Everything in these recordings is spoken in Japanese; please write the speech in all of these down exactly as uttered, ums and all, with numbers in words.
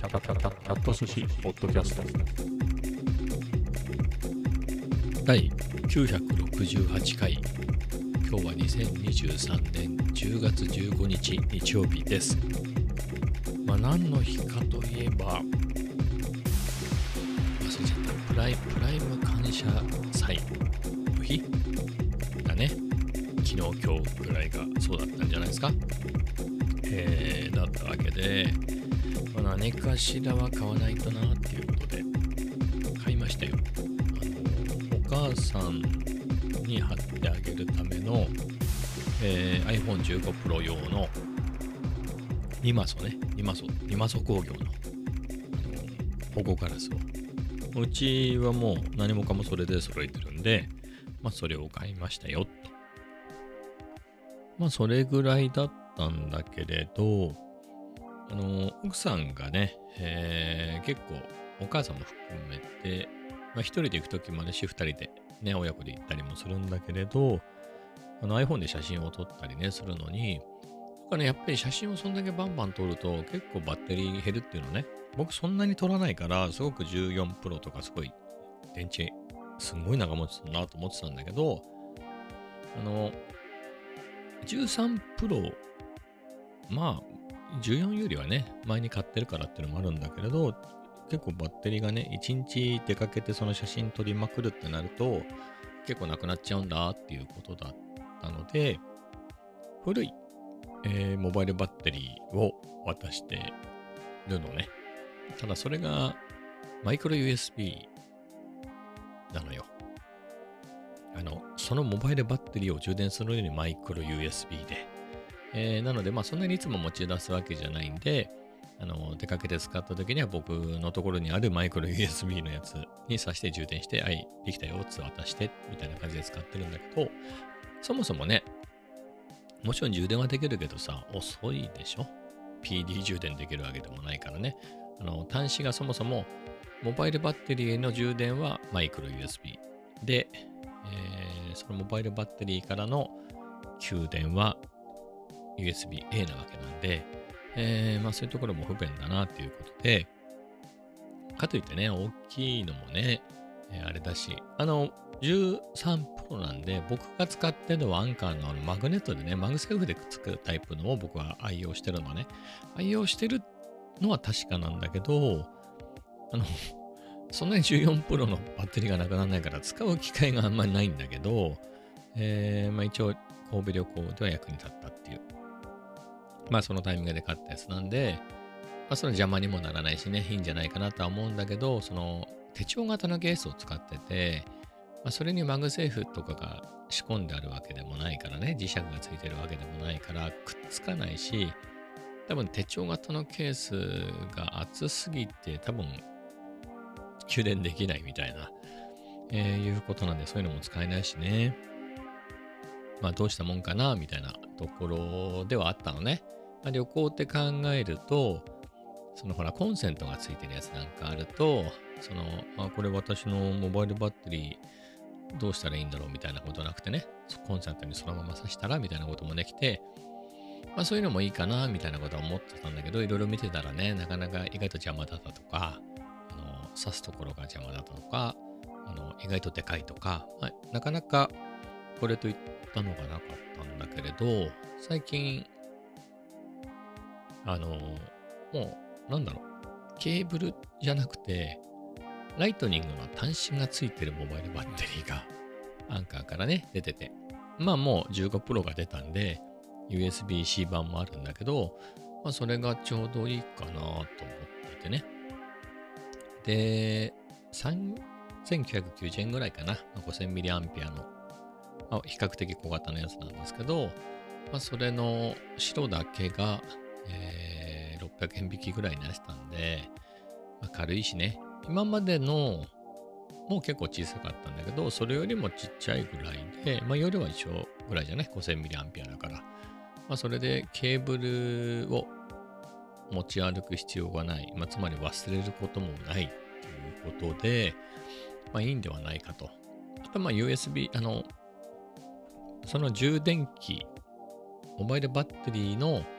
キャキャキャキャキャット寿司ポッドキャストだいきゅうひゃくろくじゅうはちかい。今日はにせんにじゅうさんねんじゅうがつじゅうごにち日曜日です。まあ何の日かといえば忘れちゃったプライプライム感謝祭の日だね。昨日今日ぐらいがそうだったんじゃないですか。えー、だったわけで、まあ、何かしらは買わないとなっていうことで買いましたよ。あのお母さんに貼ってあげるための、えー、アイフォンじゅうご Pro 用のニマソね、ニマソ、ニマソ工業の、あの保護ガラスを。うちはもう何もかもそれで揃えてるんで、まあそれを買いましたよと。まあそれぐらいだったんだけれど、あの奥さんがね、えー、結構お母さんも含めて、まあ、一人で行くときもあるし、二人でね、親子で行ったりもするんだけれど、あの iPhone で写真を撮ったりね、するのに、なんかね、やっぱり写真をそんだけバンバン撮ると結構バッテリー減るっていうのね。僕そんなに撮らないから、すごくじゅうよんプロとかすごい電池、すんごい長持ちするなと思ってたんだけど、あの、じゅうさんプロ、まあ、じゅうよんよりはね、前に買ってるからっていうのもあるんだけれど、結構バッテリーがね、いちにち出かけてその写真撮りまくるってなると、結構なくなっちゃうんだっていうことだったので、古い、えー、モバイルバッテリーを渡してるのね。ただそれがマイクロ ユーエスビー なのよ。あの、そのモバイルバッテリーを充電するのにマイクロ ユーエスビー で、えー、なので、まあそんなにいつも持ち出すわけじゃないんで、あの、出かけて使った時には僕のところにあるマイクロ ユーエスビー のやつに挿して充電して、はい、できたよって渡して、みたいな感じで使ってるんだけど、そもそもね、もちろん充電はできるけどさ、遅いでしょ？ ピーディー 充電できるわけでもないからね。あの、端子がそもそも、モバイルバッテリーの充電はマイクロ ユーエスビー で、えー、そのモバイルバッテリーからの給電は ユーエスビーエー なわけなんで、えー、まあそういうところも不便だなっていうことで、かといってね、大きいのもね、えー、あれだし、あの、じゅうさんプロなんで、僕が使ってるのはアンカーのあのマグネットでね、マグセーフでくっつくタイプのを僕は愛用してるのね。愛用してるのは確かなんだけど、あの、そんなにじゅうよんプロのバッテリーがなくならないから使う機会があんまりないんだけど、えー、まあ一応神戸旅行では役に立ったっていう。まあそのタイミングで買ったやつなんで、まあその邪魔にもならないしね、いいんじゃないかなとは思うんだけど、その手帳型のケースを使ってて、まあそれにマグセーフとかが仕込んであるわけでもないからね、磁石がついてるわけでもないからくっつかないし、多分手帳型のケースが厚すぎて多分給電できないみたいな、えー、いうことなんで、そういうのも使えないしね。まあどうしたもんかなみたいなところではあったのね。まあ、旅行って考えると、そのほらコンセントがついてるやつなんかあると、その、あ、これ私のモバイルバッテリーどうしたらいいんだろうみたいなことなくてね、コンセントにそのまま挿したらみたいなこともできて、まあそういうのもいいかなみたいなことは思ってたんだけど、いろいろ見てたらね、なかなか意外と邪魔だったとか、あの、挿すところが邪魔だったとか、あの、意外とでかいとか、まあ、なかなかこれといったのがなかったんだけれど、最近、あの、もう、なんだろう、ケーブルじゃなくて、ライトニングの端子がついてるモバイルバッテリーが、アンカーからね、出てて、まあもうじゅうごプロが出たんで、ユーエスビーシー 版もあるんだけど、まあそれがちょうどいいかなと思っててね。で、さんぜんきゅうひゃくきゅうじゅうえんぐらいかな。ごせんミリアンペアの、まあ、比較的小型のやつなんですけど、まあそれの白だけが、えー、ろっぴゃくえん引きぐらいになってたんで、まあ、軽いしね。今までのもう結構小さかったんだけど、それよりもちっちゃいぐらいで、まあ夜は一緒ぐらいじゃね、ごせんミリアンペアだから。まあそれでケーブルを持ち歩く必要がない。まあつまり忘れることもないということで、まあいいんではないかと。あとまあ ユーエスビー、あの、その充電器、モバイルバッテリーの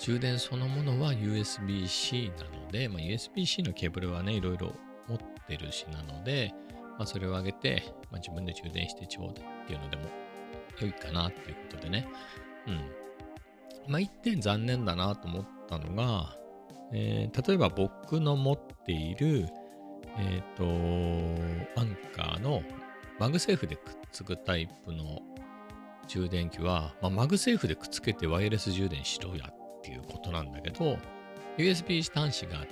充電そのものは ユーエスビー-C なので、まあ、ユーエスビー-C のケーブルはね、いろいろ持ってるしなので、まあ、それを上げて、まあ、自分で充電してちょうだいっていうのでも良いかなっていうことでね。うん。まあ、一点残念だなと思ったのが、えー、例えば僕の持っている、えっと、アンカーのマグセーフでくっつくタイプの充電器は、まあ、マグセーフでくっつけてワイヤレス充電しろやっていうことなんだけど、ユーエスビー 端子があって、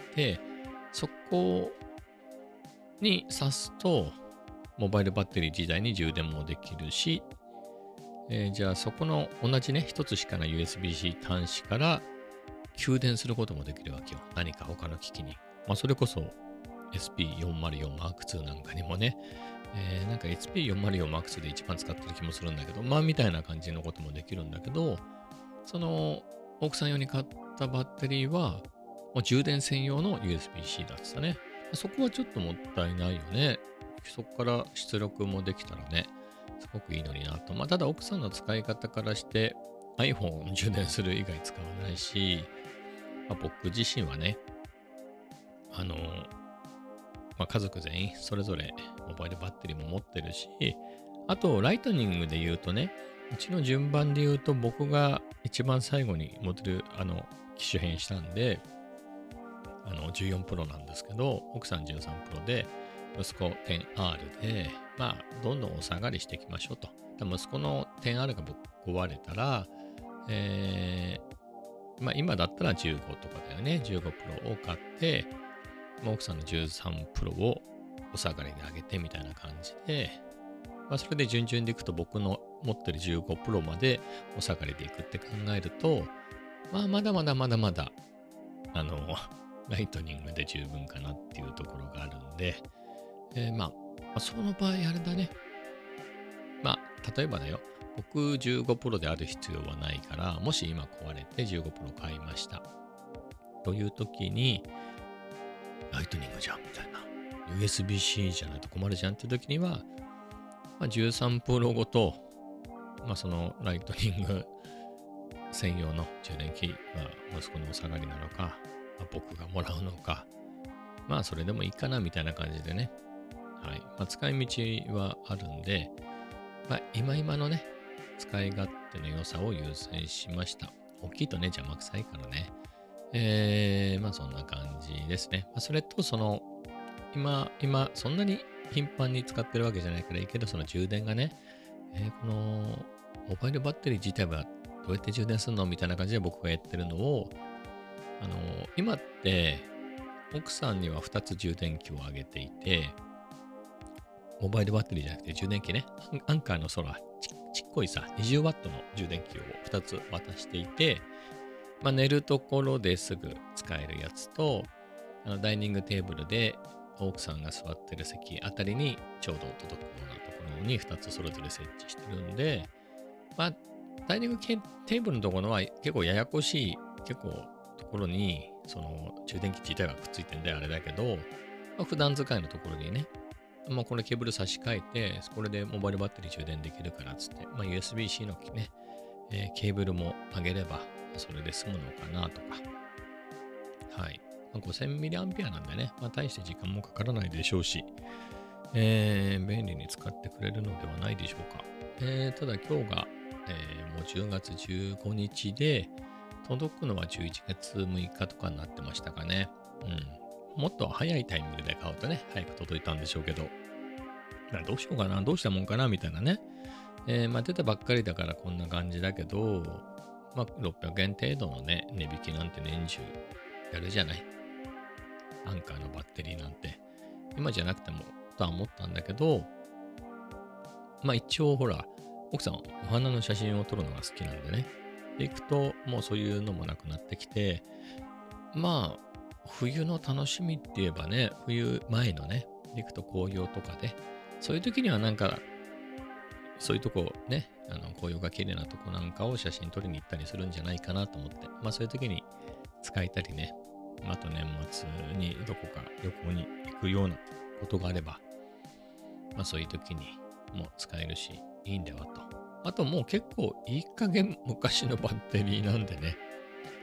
そこに挿すと、モバイルバッテリー自体に充電もできるし、えー、じゃあそこの同じね、一つしかない ユーエスビー-C 端子から給電することもできるわけよ。何か他の機器に。まあ、それこそ エスピーよんまるよんマークツー なんかにもね、えー、なんか エスピーよんまるよんマークツー で一番使ってる気もするんだけど、まあみたいな感じのこともできるんだけど、その奥さん用に買ったバッテリーは、もう充電専用の ユーエスビー-C だってたね。そこはちょっともったいないよね。そこから出力もできたらね、すごくいいのになと。まあただ奥さんの使い方からして iPhone を充電する以外使わないし、まあ、僕自身はね、あの、まあ、家族全員それぞれモバイルバッテリーも持ってるし、あとライトニングで言うとね、うちの順番で言うと僕が一番最後にモデル、あの、機種変したんで、あのじゅうよんプロなんですけど、奥さんじゅうさんプロで、息子 テンアール で、まあ、どんどんお下がりしていきましょうと。息子の テンアール がぶっ壊れたら、えー、まあ今だったらじゅうごとかだよね。じゅうごプロを買って、まあ、奥さんのじゅうさんプロをお下がりで上げてみたいな感じで、まあそれで順々でいくと僕の持ってるじゅうごプロまでお下がりでいくって考えると、まあまだまだまだまだ、あの、ライトニングで十分かなっていうところがあるんで、えー、まあ、その場合あれだね。まあ、例えばだよ。僕じゅうごプロである必要はないから、もし今壊れてじゅうごプロ買いました。という時に、ライトニングじゃんみたいな。ユーエスビー-C じゃないと困るじゃんって時には、まあ、じゅうさんプロごと、まあ、そのライトニング専用の充電器は息子のお下がりなのか、まあ、僕がもらうのか、まあそれでもいいかなみたいな感じでね。はい。まあ、使い道はあるんで、まあ今今のね、使い勝手の良さを優先しました。大きいとね、邪魔くさいからね。えー、まあそんな感じですね。まあ、それとその、今、今、そんなに頻繁に使ってるわけじゃないからいいけど、その充電がね、えー、このモバイルバッテリー自体はどうやって充電するのみたいな感じで僕がやってるのを、あの、今って、奥さんにはふたつ充電器をあげていて、モバイルバッテリーじゃなくて充電器ね、アンカーの空、ち, ちっこいさ、にじゅうワットの充電器をふたつ渡していて、まあ、寝るところですぐ使えるやつと、あのダイニングテーブルで奥さんが座ってる席あたりにちょうど届くようなところにふたつそれぞれ設置してるんで、まあ、ダイニングテーブルのところは結構ややこしい、結構ところに、その充電器自体はくっついてんであれだけど、まあ、普段使いのところにね、まあ、これケーブル差し替えて、これでモバイルバッテリー充電できるからっつって、まあ、ユーエスビー-C のね、えー、ケーブルも上げれば、それで済むのかなとか。はい。まあ、ごせんミリアンペアなんでね、まあ、大して時間もかからないでしょうし、えー、便利に使ってくれるのではないでしょうか。えー、ただ今日が、えー、もうじゅうがつじゅうごにちで、届くのはじゅういちがつむいかとかになってましたかね。うん。もっと早いタイミングで買うとね、早く届いたんでしょうけど、まあ、どうしようかな、どうしたもんかな、みたいなね。えー、まあ出たばっかりだからこんな感じだけど、まあろっぴゃくえん程度のね、値引きなんて年中やるじゃない。アンカーのバッテリーなんて。今じゃなくてもとは思ったんだけど、まあ一応ほら、奥さんお花の写真を撮るのが好きなんでね。で行くともうそういうのもなくなってきて、まあ冬の楽しみって言えばね、冬前のね、行くと紅葉とかで、そういう時にはなんか、そういうとこね、あの紅葉が綺麗なとこなんかを写真撮りに行ったりするんじゃないかなと思って、まあそういう時に使えたりね、あと年末にどこか旅行に行くようなことがあれば、まあそういう時にも使えるし、いいんではと。あともう結構いい加減昔のバッテリーなんでね、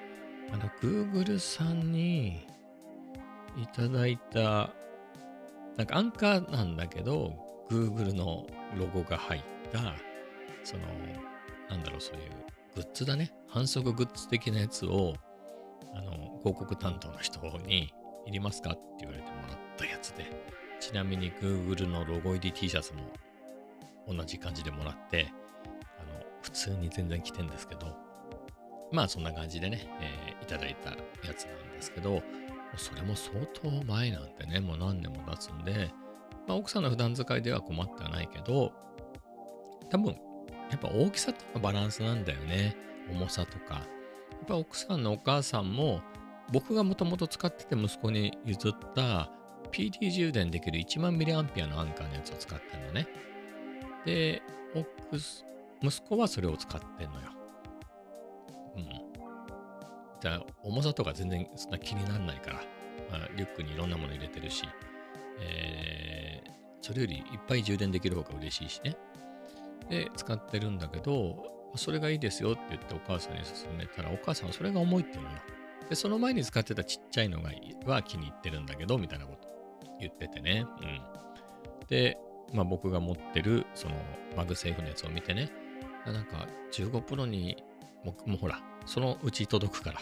あの、Google さんにいただいた、なんかアンカーなんだけど、Google のロゴが入った、その、なんだろう、そういうグッズだね。反則グッズ的なやつを、あの、広告担当の人に、いりますかって言われてもらったやつで、ちなみに Google のロゴ入り T シャツも同じ感じでもらって、あの、普通に全然着てんですけど、まあそんな感じでね、えーいただいたやつなんですけど、それも相当前なんでね、もう何年も経つんで、まあ奥さんの普段使いでは困ってはないけど、多分、やっぱ大きさとのバランスなんだよね。重さとか。やっぱ奥さんのお母さんも、僕がもともと使ってて息子に譲った ピーティー 充電できるいちまんミリアンピアのアンカーのやつを使ってるのね。で、奥す息子はそれを使ってんのよ。うん。じゃあ、重さとか全然そんな気にならないから、まあ、リュックにいろんなもの入れてるし、えー、それよりいっぱい充電できる方が嬉しいしね。で、使ってるんだけど、それがいいですよって言ってお母さんに勧めたら、お母さんはそれが重いって言うのよ。で、その前に使ってたちっちゃいのがは気に入ってるんだけど、みたいなこと言っててね。うん。で、まあ僕が持ってる、そのマグセーフのやつを見てね、あなんかじゅうごプロにもう、もうほら、そのうち届くから、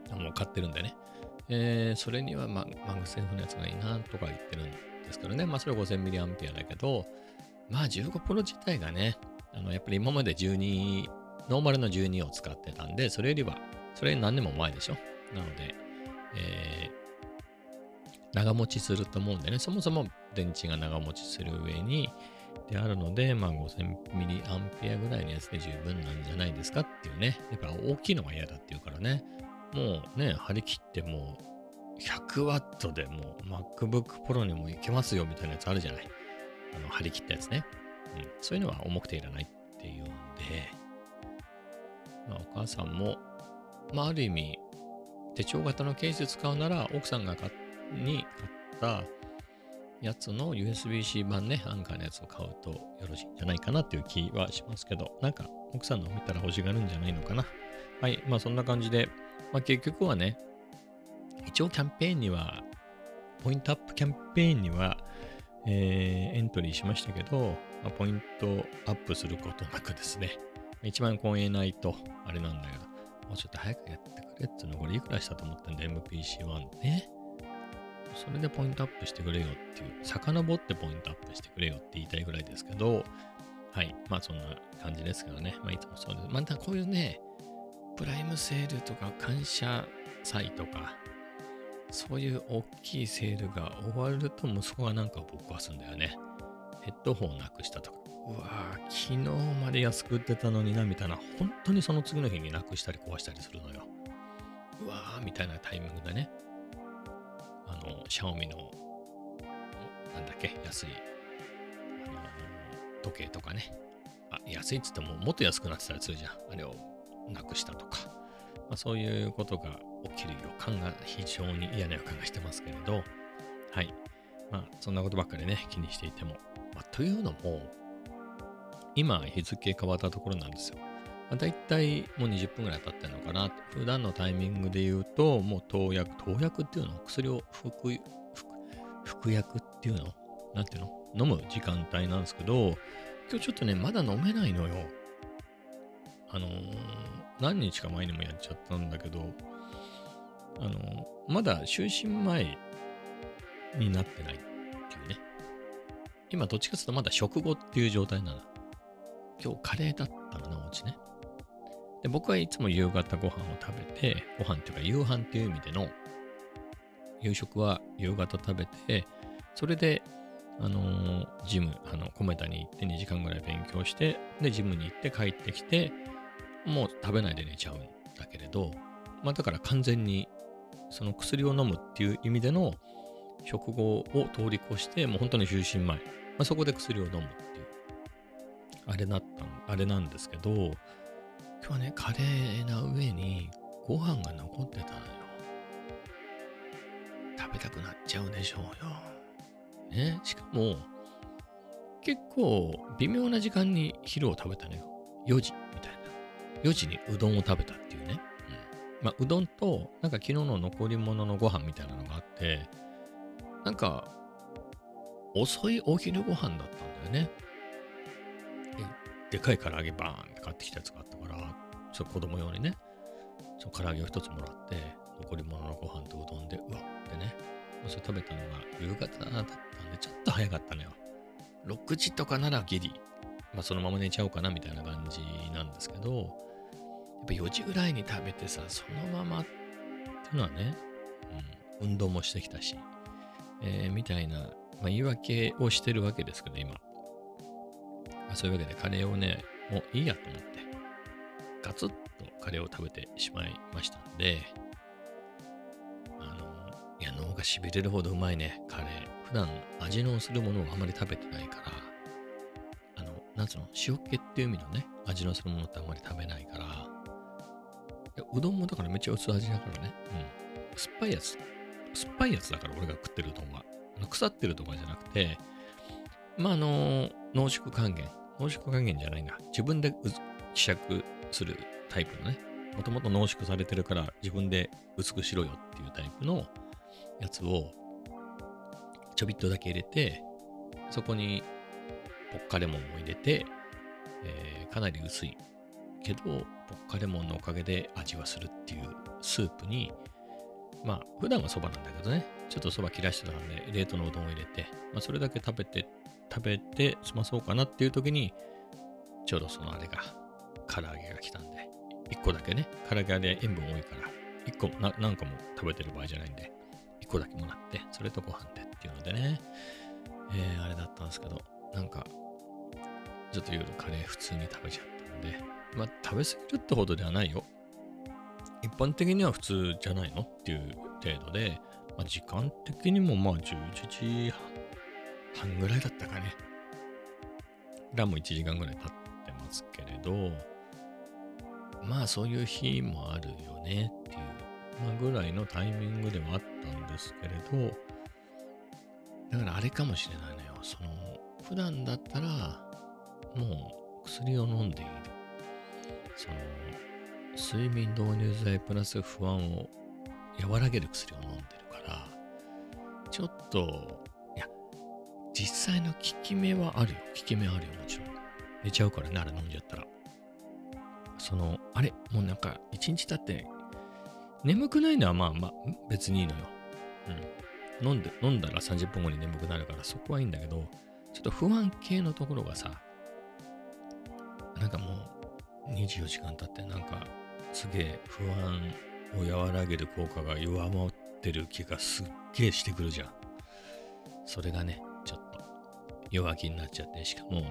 もう買ってるんでね。えー、それにはママグセーフのやつがいいなとか言ってるんですけどね。まあそれ ごせんミリアンピア だけど、まあじゅうごプロ自体がね、あのやっぱり今までじゅうに、ノーマルのじゅうにを使ってたんで、それよりは、それ何年も前でしょ。なので、えー、長持ちすると思うんでね、そもそも電池が長持ちする上に、であるので、まあ ごせんミリアンピア ぐらいのやつで十分なんじゃないですかっていうね。やっぱ大きいのが嫌だっていうからね。もうね、張り切ってもうひゃくワットでもう MacBook Pro にもいけますよみたいなやつあるじゃない。あの、張り切ったやつね。うん。そういうのは重くていらないっていうんで、まあお母さんも、まあある意味、手帳型のケース使うなら、奥さんが買っに買ったやつの ユーエスビー-C 版ね、アンカーのやつを買うとよろしいんじゃないかなっていう気はしますけど、なんか奥さんの見たら欲しがるんじゃないのかな。はい、まあそんな感じで、まあ結局はね、一応キャンペーンには、ポイントアップキャンペーンには、えーエントリーしましたけど、まあ、ポイントアップすることなくですね、いちまんコインえないと、あれなんだけど、もうちょっと早くやってくれっていうの、これいくらしたと思ってんだ、エムピーシーワン ね。それでポイントアップしてくれよっていう、遡ってポイントアップしてくれよって言いたいぐらいですけど、はい、まあそんな感じですからね、まあいつもそうです。またこういうね、プライムセールとか感謝祭とか、そういう大きいセールが終わると息子がなんかぶっ壊すんだよね。ヘッドホンなくしたとか。うわぁ、昨日まで安く売ってたのにな、みたいな。本当にその次の日になくしたり壊したりするのよ。うわぁ、みたいなタイミングでね。あの、シャオミの、なんだっけ、安い、あの、時計とかね。あ、安いっつってももっと安くなってたりするじゃん。あれをなくしたとか。まあ、そういうことが起きる予感が非常に嫌な予感がしてますけれど、はい。まあ、そんなことばっかりね、気にしていても。まあ、というのも、今、日付変わったところなんですよ。まあ、だいたいもうにじゅっぷんぐらい経ってるのかな。普段のタイミングで言うと、もう投薬、投薬っていうの薬を服、服、服薬っていうのなんていうの飲む時間帯なんですけど、今日ちょっとね、まだ飲めないのよ。あのー、何日か前にもやっちゃったんだけど、あのー、まだ就寝前になってないっていうね。今どっちかというとまだ食後っていう状態なの。今日カレーだったのね、お家ね。で、僕はいつも夕方ご飯を食べて、ご飯っていうか夕飯っていう意味での、夕食は夕方食べて、それで、あのー、ジム、あの、コメダに行ってにじかんぐらい勉強して、で、ジムに行って帰ってきて、もう食べないで寝ちゃうんだけれど、まあだから完全に、その薬を飲むっていう意味での食後を通り越して、もう本当に就寝前、まあ、そこで薬を飲むっていう、あれだったの、あれなんですけど、今日はね、カレーな上にご飯が残ってたのよ。食べたくなっちゃうでしょうよ。ね、しかも、結構微妙な時間に昼を食べたのよ。よじみたいな。よじにうどんを食べたっていうね。 まあ、うどんと、なんか昨日の残り物のご飯みたいなのがあって、なんか、遅いお昼ご飯だったんだよね。で、でかい唐揚げバーンって買ってきたやつがあったから、ちょっと子供用にね、その唐揚げを一つもらって、残り物のご飯とうどんで、うわってね、それ食べたのが夕方だったんで、ちょっと早かったのよ。ろくじとかならギリ、まあそのまま寝ちゃおうかなみたいな感じなんですけど、やっぱよじぐらいに食べてさ、そのままっていうのはね、うん、運動もしてきたし、えー、みたいな、まあ、言い訳をしてるわけですけど、今。まあ、そういうわけでカレーをね、もういいやと思って、ガツッとカレーを食べてしまいましたんで、あの、いや、脳が痺れるほどうまいね、カレー。普段味のするものをあまり食べてないから、あの、なんつうの、塩気っていう意味のね、味のするものってあんまり食べないから、いやうどんもだからめっちゃ薄味だからね、うん。酸っぱいやつ。酸っぱいやつだから俺が食ってるうどんは。あの腐ってるとかじゃなくて、まあ、あの、濃縮還元。濃縮還元じゃないな。自分で希釈するタイプのね。もともと濃縮されてるから自分で薄くしろよっていうタイプのやつをちょびっとだけ入れて、そこにポッカレモンを入れて、えー、かなり薄いけど、ポッカレモンのおかげで味はするっていうスープに、まあ、普段はそばなんだけどね、ちょっとそば切らしてたんで、冷凍のうどんを入れて、まあ、それだけ食べて、食べて済まそうかなっていう時に、ちょうどそのあれが、唐揚げが来たんで、いっこだけね、唐揚げで塩分多いから、いっこな何個も食べてる場合じゃないんで、いっこだけもらって、それとご飯でっていうのでね、えー、あれだったんですけど、なんか、ちょっと夜カレー普通に食べちゃったんで、まあ、食べ過ぎるってほどではないよ。一般的には普通じゃないのっていう程度で、まあ、時間的にもまあじゅういちじはんぐらいだったかね。ランもいちじかんぐらい経ってますけれど、まあそういう日もあるよねっていう、まあ、ぐらいのタイミングではあったんですけれど、だからあれかもしれないのよ。その、普段だったら、もう薬を飲んでいる。その、睡眠導入剤プラス不安を和らげる薬を飲んでるから、ちょっと、いや、実際の効き目はあるよ。効き目あるよ、もちろん。寝ちゃうからね、あれ飲んじゃったら。その、あれ、もうなんか、一日経って、眠くないのはまあまあ、別にいいのよ。うん。飲んで、飲んだらさんじゅっぷんごに眠くなるから、そこはいいんだけど、ちょっと不安系のところがさ、なんかもう、にじゅうよじかん経って、なんか、すげえ不安を和らげる効果が弱まってる気がすっげえしてくるじゃん。それがね、ちょっと弱気になっちゃって、しかも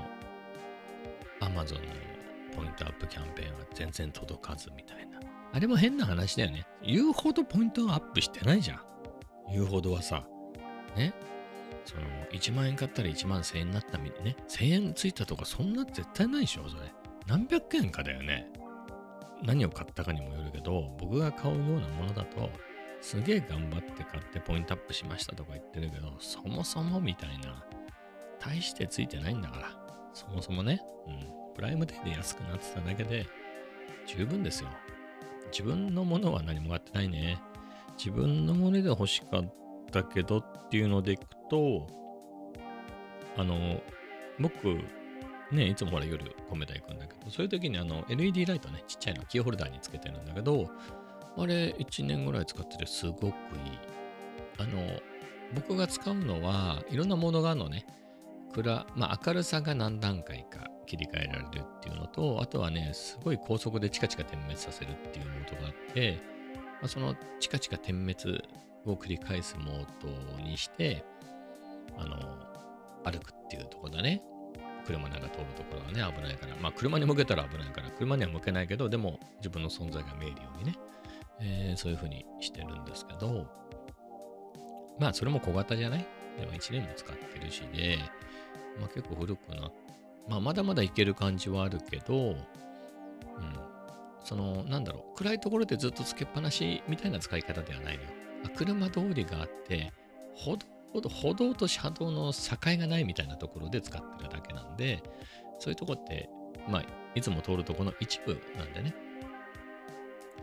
Amazon のポイントアップキャンペーンは全然届かずみたいな。あれも変な話だよね。言うほどポイントがアップしてないじゃん。言うほどはさ、ね。そのいちまん円買ったらいちまんせんえんになったみたいね。せんえんついたとかそんな絶対ないでしょ、それ。何百円かだよね。何を買ったかにもよるけど、僕が買うようなものだと、すげえ頑張って買ってポイントアップしましたとか言ってるけど、そもそもみたいな、大してついてないんだから、そもそもね、うん、プライムデーで安くなってただけで、十分ですよ。自分のものは何も買ってないね。自分のもので欲しかったけどっていうのでいくと、あの、僕、ね、いつもほら夜米田行くんだけど、そういう時にあの エルイーディー ライトね、ちっちゃいのキーホルダーにつけてるんだけど、あれいちねんぐらい使っててすごくいい。あの、僕が使うのはいろんなものがあるのね。暗、まあ明るさが何段階か切り替えられるっていうのと、あとはね、すごい高速でチカチカ点滅させるっていうモードがあって、まあ、そのチカチカ点滅を繰り返すモードにして、あの、歩くっていうところだね。車なんか通るところはね、危ないから。まあ、車に向けたら危ないから、車には向けないけど、でも自分の存在が見えるようにね、えー、そういう風にしてるんですけど、まあ、それも小型じゃないでもいちねんも使ってるしで、まあ結構古くな、まあまだまだいける感じはあるけど、うん。その、なんだろう、暗いところでずっとつけっぱなしみたいな使い方ではないのよ。あ、車通りがあって、歩道歩道と車道の境がないみたいなところで使ってるだけなんで、そういうとこって、まあ、いつも通るところの一部なんでね。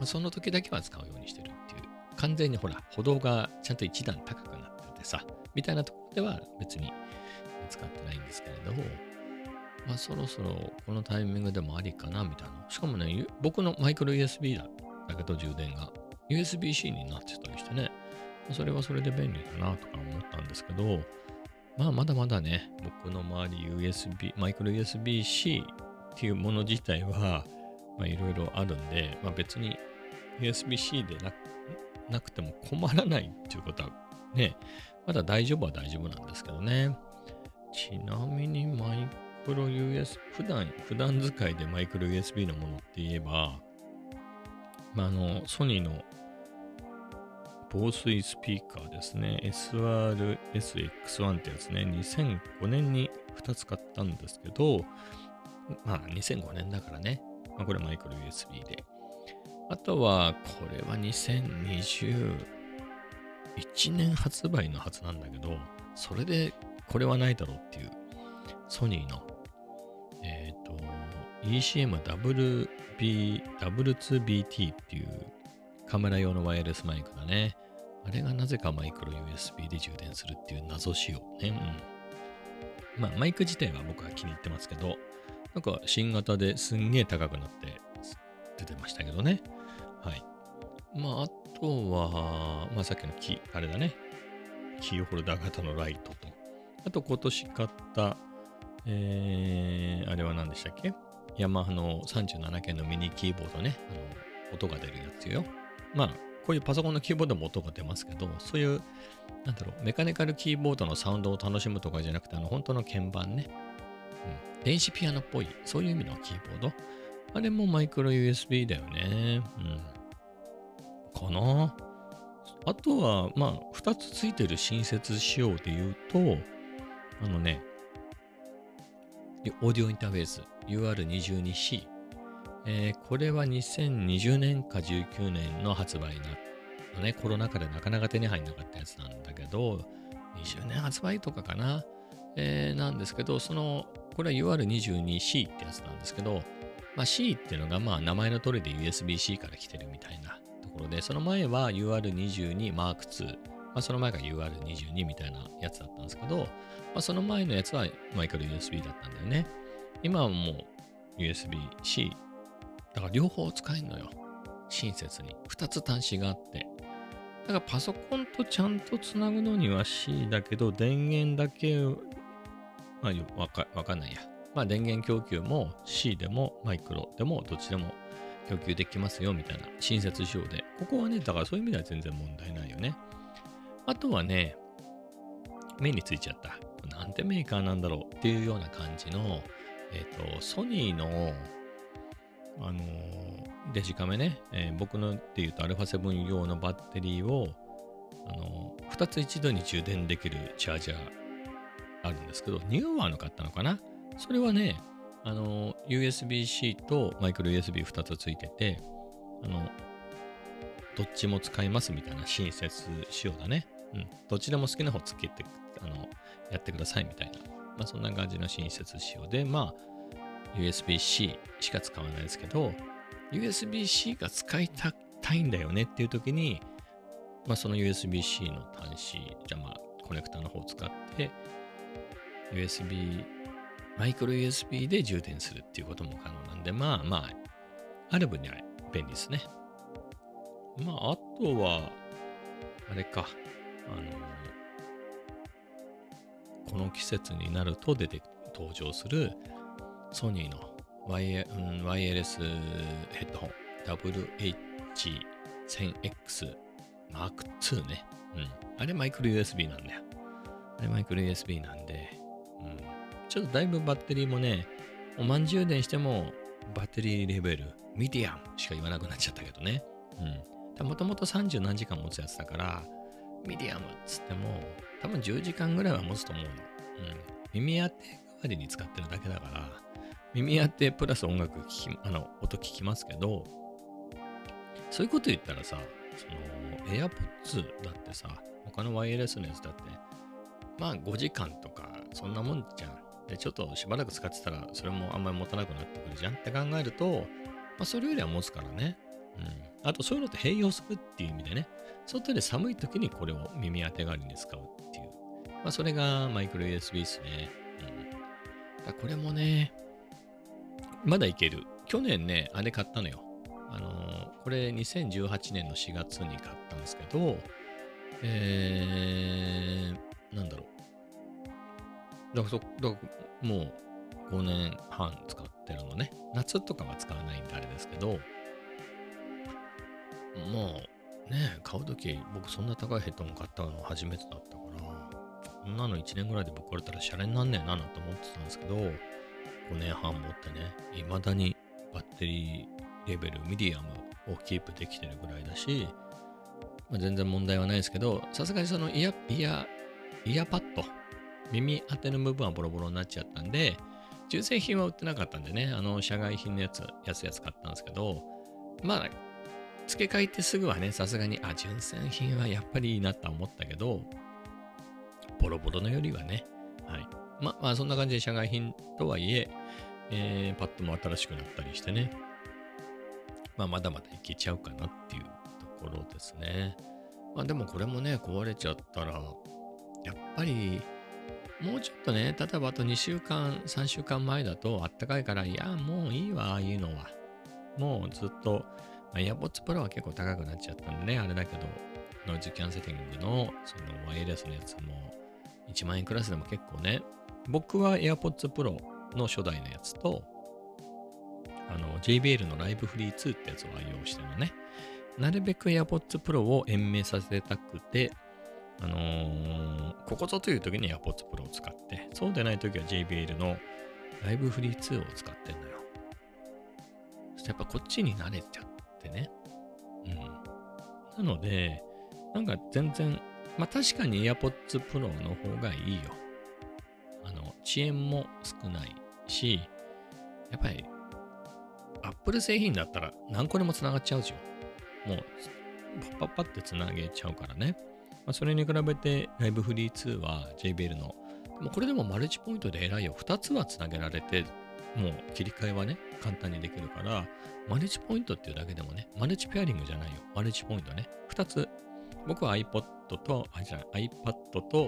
あ、その時だけは使うようにしてるっていう。完全にほら、歩道がちゃんと一段高くなっててさ、みたいなところでは別に使ってないんですけれど、まあそろそろこのタイミングでもありかなみたいな。しかもね、ゆ僕のマイクロ ユーエスビー だだけど充電が ユーエスビーシー になってたりしてね、それはそれで便利だなとか思ったんですけど、まあまだまだね、僕の周り ユーエスビー、マイクロ ユーエスビーシー っていうもの自体は、まあいろいろあるんで、まあ別に ユーエスビーシー でなくなくても困らないっていうことはね、まだ大丈夫は大丈夫なんですけどね。ちなみにマイクロ ユーエス、普段、普段使いでマイクロ ユーエスビー のものって言えば、まあ、あの、ソニーの防水スピーカーですね。エスアールエスエックスワン ってやつね。にせんごねんにふたつ買ったんですけど、まあにせんごねんだからね。まあ、これマイクロ ユーエスビー で。あとは、これはにせんにじゅういちねん発売のはずなんだけど、それでこれはないだろうっていう、ソニーの、えっと、イーシーエムダブリュービー、ダブリューツービーティー っていうカメラ用のワイヤレスマイクだね。あれがなぜかマイクロ ユーエスビー で充電するっていう謎仕様ね。うん。まあ、マイク自体は僕は気に入ってますけど、なんか新型ですんげえ高くなって出てましたけどね。はい。まあ、あとは、まあさっきのキー、あれだね。キーホルダー型のライトと、あと今年買った、えー、あれは何でしたっけ？ヤマハのさんじゅうななけんのミニキーボードね。あの、音が出るやつよ。まあ、こういうパソコンのキーボードも音が出ますけど、そういう、なんだろう、メカニカルキーボードのサウンドを楽しむとかじゃなくて、あの、本当の鍵盤ね。うん。電子ピアノっぽい、そういう意味のキーボード。あれもマイクロ ユーエスビー だよね。うん。かな。あとは、まあ、ふたつついてる新設仕様で言うと、あのね、オーディオインターフェース ユーアールにじゅうにシー、えー、これはにせんにじゅうねんかじゅうきゅうねんの発売のね、コロナ禍でなかなか手に入んなかったやつなんだけど、にじゅうねん発売とかかな、えー、なんですけど、その、これは ユーアールにじゅうにシー ってやつなんですけど、まあ C っていうのがまあ名前の通りで ユーエスビーシー から来てるみたいなところで、その前は ユーアールにじゅうにマークツー、まあその前が ユーアールにじゅうに みたいなやつだったんですけど、まあその前のやつはマイクロ ユーエスビー だったんだよね。今はもう ユーエスビーシー、だから両方使えるのよ。親切に。ふたつ端子があって。だからパソコンとちゃんとつなぐのには C だけど、電源だけ、まあわか、わかんないや。まあ電源供給も C でもマイクロでもどっちでも供給できますよみたいな親切仕様で。ここはね、だからそういう意味では全然問題ないよね。あとはね、目についちゃった。なんてメーカーなんだろうっていうような感じの、えっと、ソニーの、あのー、デジカメね、えー、僕のっていうと アルファセブン 用のバッテリーを、あのー、ふたつ一度に充電できるチャージャーあるんですけど、ニューワーの買ったのかな？それはね、あの、ユーエスビーシー とマイクロ ユーエスビーふたつついてて、あの、どっちも使いますみたいな親切仕様だね。うん。どっちでも好きな方つけて、あの、やってくださいみたいな。まあそんな感じの親切仕様で、まあ、ユーエスビーシー しか使わないですけど、ユーエスビーシー が使いたいんだよねっていう時に、まあその ユーエスビーシー の端子、じゃあまあコネクタの方を使って、ユーエスビー、マイクロ ユーエスビー で充電するっていうことも可能なんで、まあまあ、ある分には便利ですね。まあ、あとは、あれか、あのー、この季節になると出て登場するソニーのワイヤ、うん、ワイヤレスヘッドホン ダブリューエイチせんエックス マークツー ね。うん。あれマイクロ ユーエスビー なんだよ。あれマイクロ ユーエスビー なんで、うん。ちょっとだいぶバッテリーもね、もう満充電してもバッテリーレベル、ミディアムしか言わなくなっちゃったけどね。うん。もともとさんじゅう何時間持つやつだから、ミディアムっつっても、多分じゅうじかんぐらいは持つと思うの。うん。耳当て代わりに使ってるだけだから、耳当てプラス音楽聞き、あの、音聞きますけど、そういうこと言ったらさ、その、AirPods だってさ、他のワイヤレスのやつだって、まあごじかんとか、そんなもんじゃん。で、ちょっとしばらく使ってたら、それもあんまり持たなくなってくるじゃんって考えると、まあそれよりは持つからね。 うん。あとそういうのと併用するっていう意味でね、外で寒い時にこれを耳当て代わりに使うっていう。まあそれがマイクロ ユーエスビー ですね。うん。だこれもね、まだいける。去年ね、あれ買ったのよ。あのーこれにせんじゅうはちねんのしがつに買ったんですけど、えー、なんだろう。だからそ、だからもうごねんはん使ってるのね。夏とかは使わないんであれですけど、もうね、買うとき僕そんな高いヘッドホン買ったの初めてだったから、こんなのいちねんぐらいでぶっ壊れたらシャレになんねえななんて思ってたんですけど、ごねんはん持ってね、未だにバッテリーレベルミディアムをキープできてるぐらいだし、まあ、全然問題はないですけど、さすがにそのイヤ、イヤ、イヤパッド、耳当ての部分はボロボロになっちゃったんで、純正品は売ってなかったんでね、あの、社外品のやつ、安いやつ買ったんですけど、まあ、付け替えてすぐはね、さすがに、あ、純正品はやっぱりいいなとは思ったけど、ボロボロのよりはね、はい。まあ、まあ、そんな感じで社外品とはいえ、えー、パッドも新しくなったりしてね、まあ、まだまだいけちゃうかなっていうところですね。まあ、でもこれもね、壊れちゃったら、やっぱり、もうちょっとね、例えばあとにしゅうかん、さんしゅうかんまえだとあったかいから、いや、もういいわ、ああいうのは。もうずっと、まあ、AirPods Pro は結構高くなっちゃったんでね、あれだけど、ノイズキャンセリングのそのワイヤレスのやつもいちまん円クラスでも結構ね、僕は AirPods Pro の初代のやつと、あの ジェイビーエル のライブフリーツーってやつを愛用してるのね。なるべく AirPods Pro を延命させたくて、あのー、ここぞという時に AirPods Pro を使って、そうでない時は ジェイビーエル のライブフリーツーを使ってんのよ。そしてやっぱこっちに慣れちゃってね。うん。なので、なんか全然、まあ確かに AirPods Pro の方がいいよ。あの、遅延も少ないし、やっぱり Apple 製品だったら何個でも繋がっちゃうでしょ。もう、パッパッパって繋げちゃうからね。まあ、それに比べてライブフリーツーは ジェイビーエル の、もうこれでもマルチポイントで偉いよ。ふたつは繋げられて、もう切り替えはね、簡単にできるから、マルチポイントっていうだけでもね、マルチペアリングじゃないよ。マルチポイントね。ふたつ。僕は iPod と、あ、じゃあ iPad と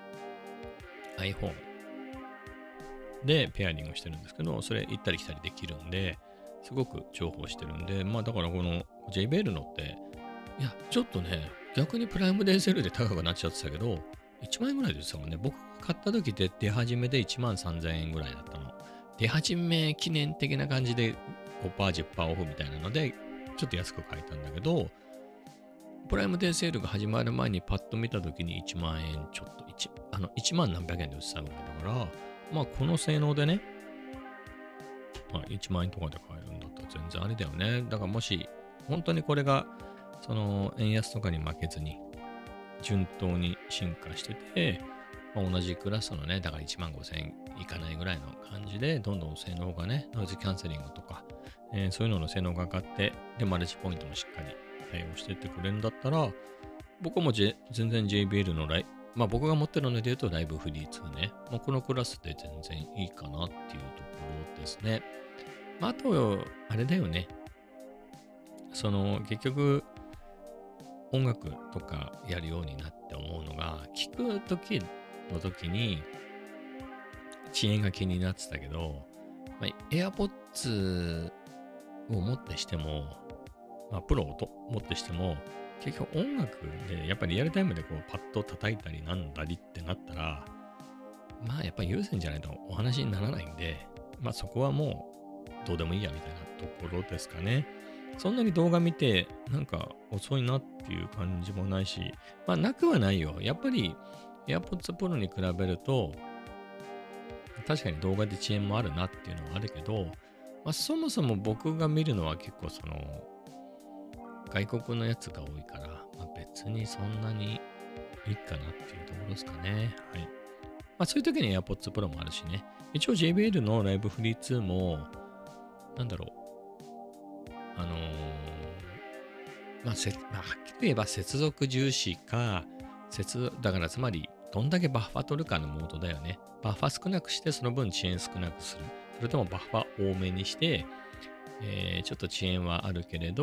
iPhone でペアリングしてるんですけど、それ行ったり来たりできるんで、すごく重宝してるんで、まあだからこの ジェイビーエル のって、いや、ちょっとね、逆にプライムデーセールで高くなっちゃってたけど、いちまん円ぐらいでしたもんね。僕が買った時で出始めでいちまんさんぜんえんぐらいだったの。出始め記念的な感じで ごパーセント、じゅっパーセントオフみたいなので、ちょっと安く買えたんだけど、プライムデーセールが始まる前にパッと見た時にいちまん円ちょっと、いち, あのいちまん何百円で売ってたぐらいだから、まあこの性能でね、まあ、いちまん円とかで買えるんだったら全然あれだよね。だからもし、本当にこれが、その円安とかに負けずに、順当に進化してて、まあ、同じクラスのね、だからいちまんごせんえんいかないぐらいの感じで、どんどん性能がね、ノイズキャンセリングとか、えーそういうのの性能が上がって、で、マルチポイントもしっかり対応してってくれるんだったら、僕はもう、J、全然 ジェイビーエル のライ、まあ僕が持ってるので言うとライブフリーツーね。まあ、このクラスで全然いいかなっていうところですね。まあ、あと、あれだよね。その、結局、音楽とかやるようになって思うのが、聞く時の時に、遅延が気になってたけど、まあ、AirPods を持ってしても、まあ、プロをと持ってしても、結局音楽で、やっぱりリアルタイムでこうパッと叩いたりなんだりってなったら、まあやっぱり有線じゃないとお話にならないんで、まあそこはもうどうでもいいやみたいなところですかね。そんなに動画見てなんか遅いなっていう感じもないし、まあなくはないよ。やっぱり AirPods Pro に比べると、確かに動画で遅延もあるなっていうのはあるけど、まあそもそも僕が見るのは結構その、外国のやつが多いから、まあ、別にそんなにいいかなっていうところですかね。はい。まあそういう時に AirPods Pro もあるしね。一応 ジェイビーエル のライブフリーツーも、なんだろう。あのー、まあせ、まあ、はっきり言えば接続重視か、接、だからつまり、どんだけバッファ取るかのモードだよね。バッファ少なくして、その分遅延少なくする。それともバッファ多めにして、えー、ちょっと遅延はあるけれど、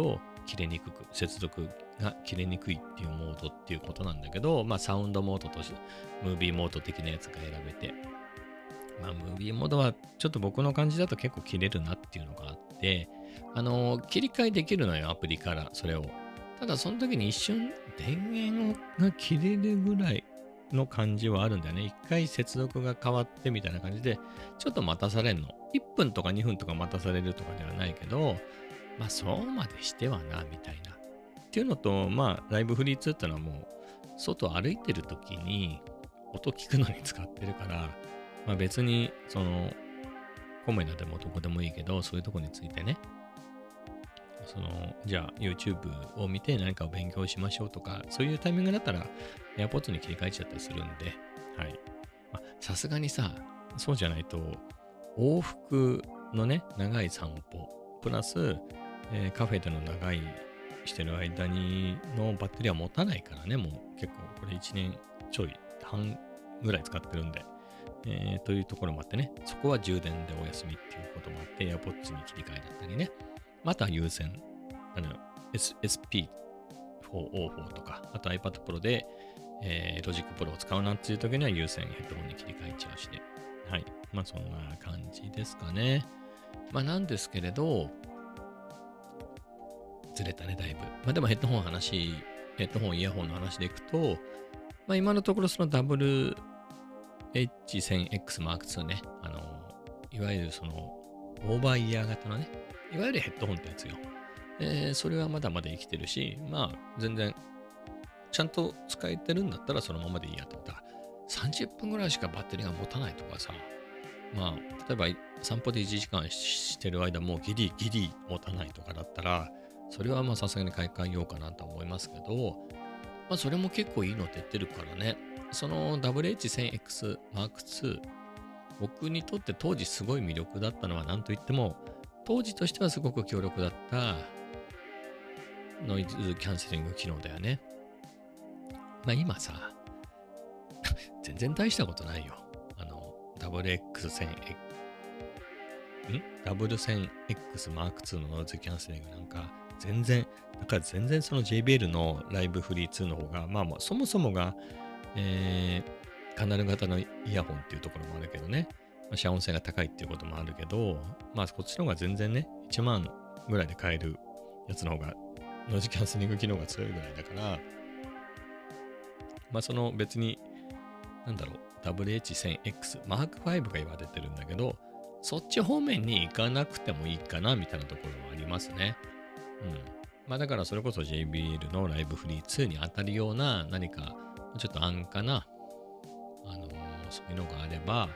切れにくく、接続が切れにくいっていうモードっていうことなんだけど、まあサウンドモードとして、ムービーモード的なやつが選べて、まあムービーモードはちょっと僕の感じだと結構切れるなっていうのがあって、あのー切り替えできるのよ、アプリから、それを。ただその時に一瞬電源が切れるぐらいの感じはあるんだよね。一回接続が変わってみたいな感じで、ちょっと待たされんの。いっぷんとかにふんとか待たされるとかではないけど、まあそうまでしてはな、みたいな。っていうのと、まあライブフリーツーってのはもう、外歩いてる時に音聞くのに使ってるから、まあ別に、その、コメダでもどこでもいいけど、そういうとこについてね、その、じゃあ YouTube を見て何かを勉強しましょうとか、そういうタイミングだったら AirPods に切り替えちゃったりするんで、はい。まあさすがにさ、そうじゃないと、往復のね、長い散歩、プラス、えーカフェでの長いしてる間にのバッテリーは持たないからね、もう結構これいちねんちょい半ぐらい使ってるんで、えーというところもあってね、そこは充電でお休みっていうこともあって、AirPods に切り替えだったりね、また優先、あの、S- エスピーフォーオーフォー とか、あと iPad Pro で、えー、Logic Pro を使うなっていう時には優先ヘッドホンに切り替えちゃうしで、はい。まあそんな感じですかね。まあなんですけれど、ずれたね、だいぶ。まあでもヘッドホン話、ヘッドホン、イヤホンの話でいくと、まあ今のところその ダブリューエイチテンエックスマークツー ね、あの、いわゆるその、オーバーイヤー型のね、いわゆるヘッドホンってやつよ。えーそれはまだまだ生きてるし、まあ全然、ちゃんと使えてるんだったらそのままでいいやと。だからさんじゅっぷんぐらいしかバッテリーが持たないとかさ、まあ、例えば散歩でいちじかんしてる間もうギリギリ持たないとかだったら、それはまあさすがに買い替えようかなとは思いますけど、まあそれも結構いいの出てるからね。その ダブリューエイチテンエックスマークツー、僕にとって当時すごい魅力だったのは何と言っても、当時としてはすごく強力だったノイズキャンセリング機能だよね。まあ今さ、全然大したことないよ。あの、ダブリューエックステンエックス、ん ダブリューテンエックスマークツー のノイズキャンセリングなんか、全然、だから全然その ジェイビーエル のライブフリーツーの方が、まあまあ、そもそもが、えー、カナル型のイヤホンっていうところもあるけどね、まあ、遮音性が高いっていうこともあるけど、まあこっちの方が全然ね、いちまんぐらいで買えるやつの方が、ノイズキャンセリング機能が強いぐらいだから、まあその別に、なんだろう、ダブリューエイチテンエックス マークファイブが言われてるんだけど、そっち方面に行かなくてもいいかなみたいなところはありますね。うん。まあだからそれこそ ジェイビーエル のライブフリーツーに当たるような何かちょっと安価な、あのーそういうのがあれば、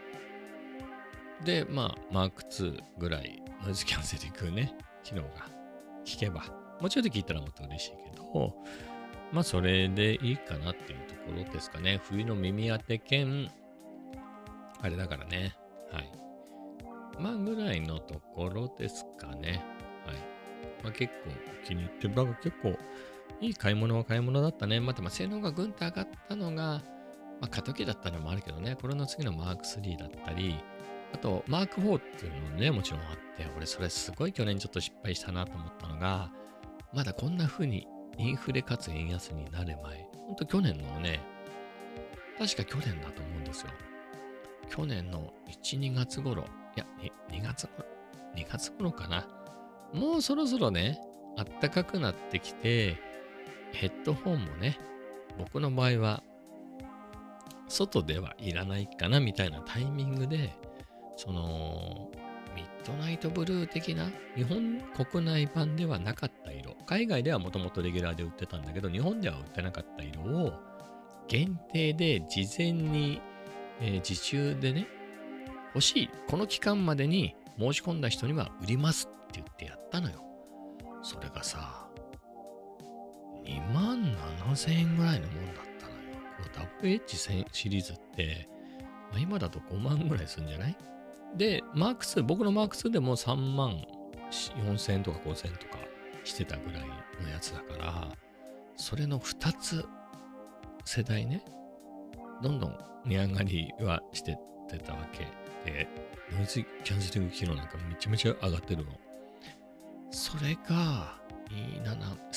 で、まあ、マークツーぐらいノイズキャンセリングね、機能が効けば、もうちょっと聞いたらもっと嬉しいけど、まあそれでいいかなっていうところですかね。冬の耳当て兼、あれだからね。はい。まあぐらいのところですかね。はい。まあ結構気に入ってる。だから結構いい買い物は買い物だったね。またまあ性能がぐんと上がったのが、まあ過渡期だったのもあるけどね。これの次のマークスリーだったり、あとマークフォーっていうのもね、もちろんあって、俺それすごい去年ちょっと失敗したなと思ったのが、まだこんな風にインフレかつ円安になる前、ほんと去年のね、確か去年だと思うんですよ。去年のいち、にがつ頃、いや、にがつ頃、にがつ頃かな。もうそろそろね、あったかくなってきて、ヘッドホンもね、僕の場合は、外ではいらないかなみたいなタイミングで、その、ミッドナイトブルー的な日本国内版ではなかった色、海外ではもともとレギュラーで売ってたんだけど、日本では売ってなかった色を限定で事前に、えー受注でね、欲しい、この期間までに申し込んだ人には売りますって言ってやったのよ。それがさ、にまんななせんえんぐらいのもんだったのよ。この ダブリューエイチ シリーズって、まあ、今だとごまんぐらいするんじゃない？で、マークツー、僕のマークツーでもさんまんよんせんえんとかごせんえんとかしてたぐらいのやつだから、それのふたつ世代ね、どんどん値上がりはしてってたわけで、ノイズキャンセリング機能なんかめちゃめちゃ上がってるの。それがいいな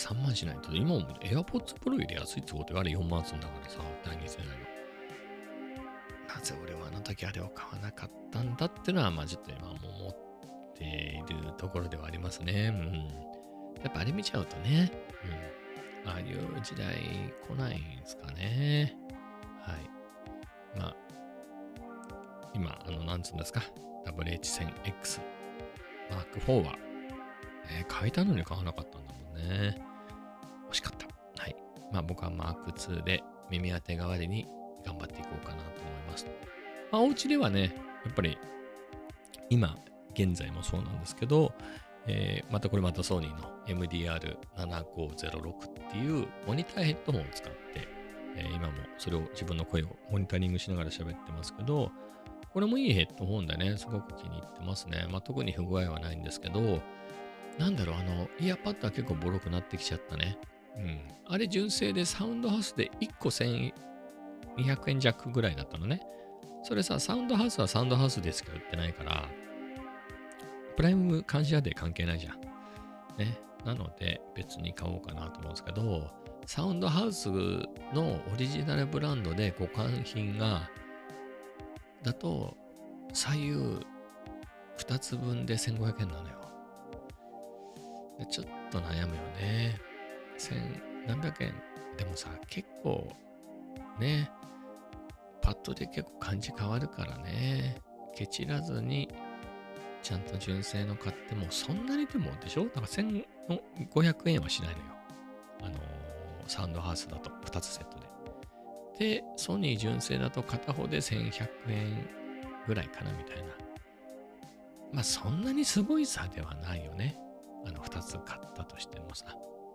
さんまんしないと、今も AirPods Pro より安いってことよ。あれよんまんすんだからさ、第二世代の。なぜ俺はあの時あれを買わなかったんだってのは、まあちょっと今も思っているところではありますね。うん。やっぱあれ見ちゃうとね、うん。ああいう時代来ないんですかね。はい。まあ、今、あの、なんつうんですか、ダブリューエイチせんエックス マークフォーは、えー、買えたのに買わなかったんだもんね。惜しかった。はい。まあ僕はマークツーで耳当て代わりに頑張っていこうかなと思います。まあお家ではね、やっぱり今、現在もそうなんですけど、えー、またこれまたソニーの エムディーアールななごゼロろく っていうモニターヘッドホンを使って、えー、今もそれを自分の声をモニタリングしながら喋ってますけど、これもいいヘッドホンでね、すごく気に入ってますね。まあ特に不具合はないんですけど、なんだろう、あの、イヤーパッドは結構ボロくなってきちゃったね。うん。あれ純正でサウンドハウスでいっこせんにひゃくえん弱ぐらいだったのね。それさ、サウンドハウスはサウンドハウスでしか売ってないから、プライム監視アで関係ないじゃん。ね。なので、別に買おうかなと思うんですけど、サウンドハウスのオリジナルブランドで互換品が、だと、左右ふたつぶんでせんごひゃくえんなのよ。ちょっと悩むよね。千何百円。でもさ、結構、ね、パッドで結構感じ変わるからね。ケチらずに、ちゃんと純正の買っても、そんなにでもでしょ？だからせんごひゃくえんはしないのよ。あのー、サウンドハウスだとふたつセットで。で、ソニー純正だと片方でせんひゃくえんぐらいかなみたいな。まあそんなにすごい差ではないよね。あのふたつ買ったとしてもさ。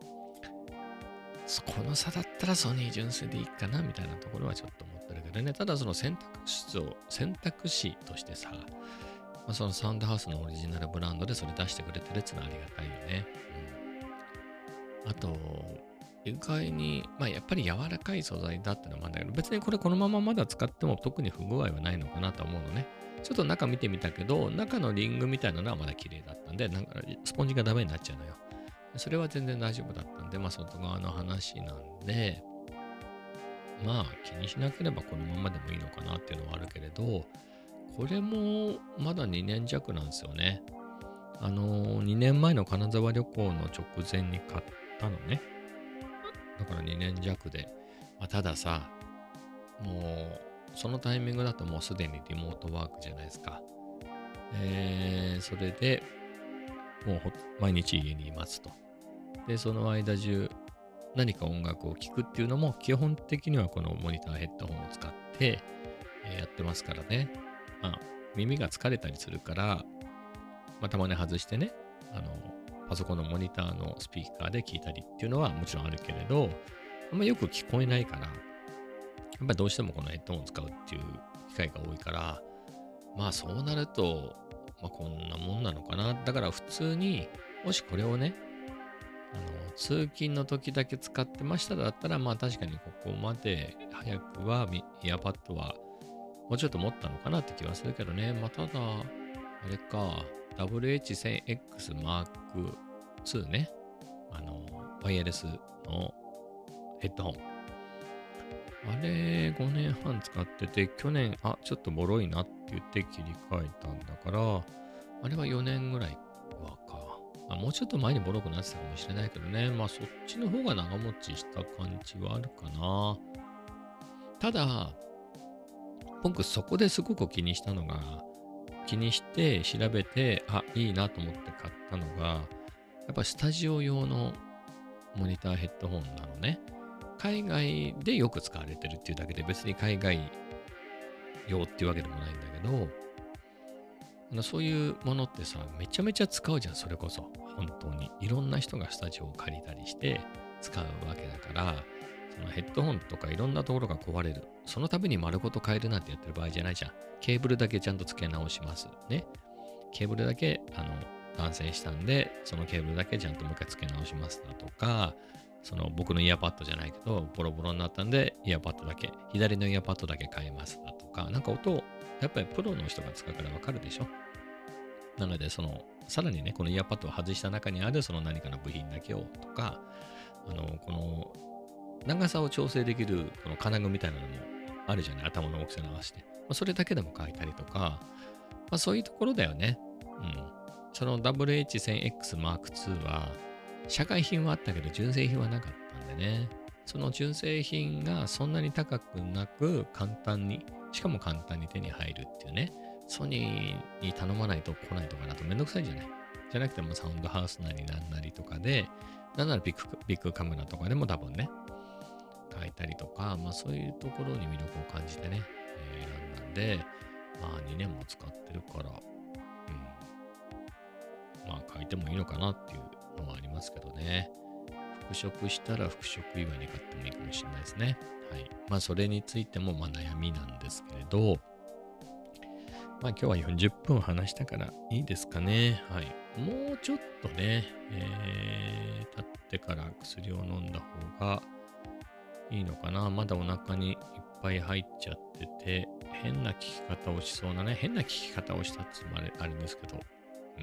この差だったらソニー純正でいいかなみたいなところはちょっと思ってるけどね。ただその選択肢を、選択肢としてさ、まあ、そのサウンドハウスのオリジナルブランドでそれ出してくれてるってのはありがたいよね。うん、あと、意外に、まあやっぱり柔らかい素材だってのもあるんだけど、別にこれこのまままだ使っても特に不具合はないのかなと思うのね。ちょっと中見てみたけど、中のリングみたいなのはまだ綺麗だったんで、なんかスポンジがダメになっちゃうのよ。それは全然大丈夫だったんで、まあ外側の話なんで、まあ気にしなければこのままでもいいのかなっていうのはあるけれど、これもまだにねん弱なんですよね。あのー、にねんまえの金沢旅行の直前に買ったのね。だからにねん弱で。まあ、たださ、もうそのタイミングだともうすでにリモートワークじゃないですか。えー、それで、もう毎日家にいますと。で、その間中何か音楽を聴くっていうのも基本的にはこのモニターヘッドホンを使ってやってますからね。まあ、耳が疲れたりするから、まあ、たまに外してね、あの、パソコンのモニターのスピーカーで聞いたりっていうのはもちろんあるけれど、あんまよく聞こえないから、やっぱりどうしてもこのヘッドホンを使うっていう機会が多いから、まあそうなると、まあこんなもんなのかな。だから普通に、もしこれをね、あの、通勤の時だけ使ってましただったら、まあ確かにここまで早くはイヤーパッドはもうちょっと持ったのかなって気はするけどね。まあただ、あれか、ダブリューエイチせんエックス マークツー ね。あの、ワイヤレスのヘッドホン。あれごねんはん使ってて、去年、あ、ちょっとボロいなって言って切り替えたんだから、あれはよねんぐらいはか。まあ、もうちょっと前にボロくなってたかもしれないけどね。まあそっちの方が長持ちした感じはあるかな。ただ、僕そこですごく気にしたのが、気にして調べて、あ、いいなと思って買ったのが、やっぱスタジオ用のモニターヘッドホンなのね。海外でよく使われてるっていうだけで別に海外用っていうわけでもないんだけど、あのそういうものってさ、めちゃめちゃ使うじゃん、それこそ。本当に。いろんな人がスタジオを借りたりして使うわけだから、そのヘッドホンとかいろんなところが壊れる。その度に丸ごと変えるなんてやってる場合じゃないじゃん。ケーブルだけちゃんと付け直します。ね。ケーブルだけ、あの、断線したんで、そのケーブルだけちゃんともう一回付け直しますだとか、その僕のイヤーパッドじゃないけど、ボロボロになったんで、イヤーパッドだけ、左のイヤーパッドだけ変えますだとか、なんか音、やっぱりプロの人が使うからわかるでしょ。なので、その、さらにね、このイヤーパッドを外した中にあるその何かの部品だけをとか、 あの、この、長さを調整できる、この金具みたいなのもあるじゃない、頭の大きさに合わせて。まあ、それだけでも書いたりとか、まあ、そういうところだよね。うん。その ダブリューエイチせんエックスマークツー は、社会品はあったけど、純正品はなかったんでね。その純正品がそんなに高くなく、簡単に、しかも簡単に手に入るっていうね。ソニーに頼まないと来ないとかなとめんどくさいじゃない。じゃなくてもサウンドハウスなりなんなりとかで、なんならビッグ、ビッグカメラとかでも多分ね、書いたりとか、まあそういうところに魅力を感じてね、えー選んだんで、まあにねんも使ってるから、うん。まあ書いてもいいのかなっていうのはありますけどね。復職したら復職祝いに買ってもいいかもしれないですね。はい。まあそれについてもまあ悩みなんですけれど、まあ今日はよんじゅっぷん話したからいいですかね。はい。もうちょっとね、えー、経ってから薬を飲んだ方がいいのかな。まだお腹にいっぱい入っちゃってて、変な効き方をしそうなね。変な効き方をしたつまりあれですけど、うん。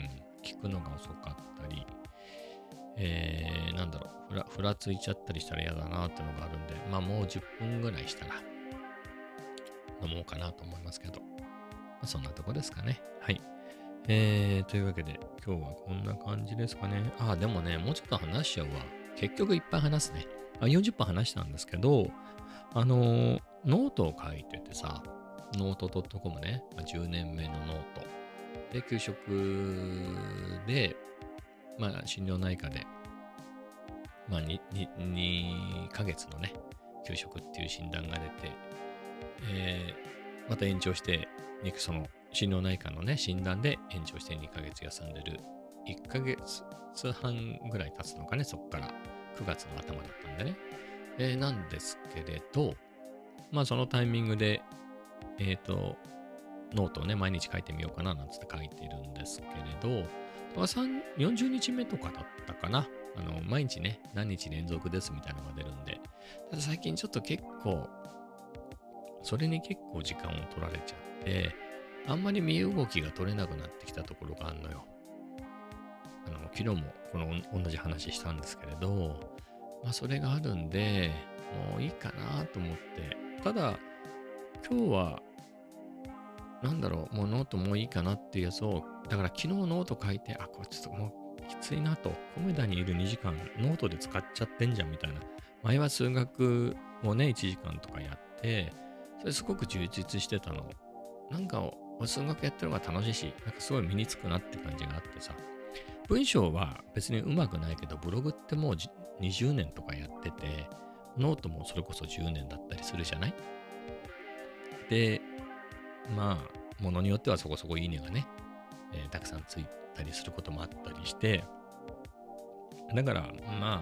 効くのが遅かったり、えー、なんだろう、ふら、ふらついちゃったりしたら嫌だなっていうのがあるんで、まあもうじゅっぷんぐらいしたら飲もうかなと思いますけど、まあ、そんなとこですかね。はい。えー、というわけで、今日はこんな感じですかね。ああ、でもね、もうちょっと話しちゃうわ。結局いっぱい話すね。あ、よんじゅっぷん話したんですけど、あのーノートを書いててさ、ノート .com ね、まあじゅうねんめのノート。で、給食で、まあ、心療内科で、まあ、に、に、にかげつのね、給食っていう診断が出て、えー、また延長して、その、心療内科のね、診断で延長してにかげつ休んでる。いっかげつはんぐらい経つのかね、そっからくがつの頭だったんでね。えー、なんですけれど、まあそのタイミングで、えっ、と、ノートをね、毎日書いてみようかななんつって書いてるんですけれど、よんじゅうにちめとかだったかな。あの、毎日ね、何日連続ですみたいなのが出るんで、ただ最近ちょっと結構、それに結構時間を取られちゃって、あんまり身動きが取れなくなってきたところがあるのよ。あの、昨日もこの同じ話したんですけれど、まあそれがあるんで、もういいかなと思って、ただ、今日は、なんだろう、もうノートもういいかなっていうやつを、だから昨日ノート書いて、あ、これちょっともうきついなと、コメダにいるにじかん、ノートで使っちゃってんじゃんみたいな。前は数学をね、いちじかんとかやって、それすごく充実してたの。なんか、数学やってるのが楽しいし、なんかすごい身につくなって感じがあってさ。文章は別に上手くないけど、ブログってもうにじゅうねんとかやってて、ノートもそれこそじゅうねんだったりするじゃない？で、まあ、ものによってはそこそこいいねがね、えーたくさんついたりすることもあったりして、だから、まあ、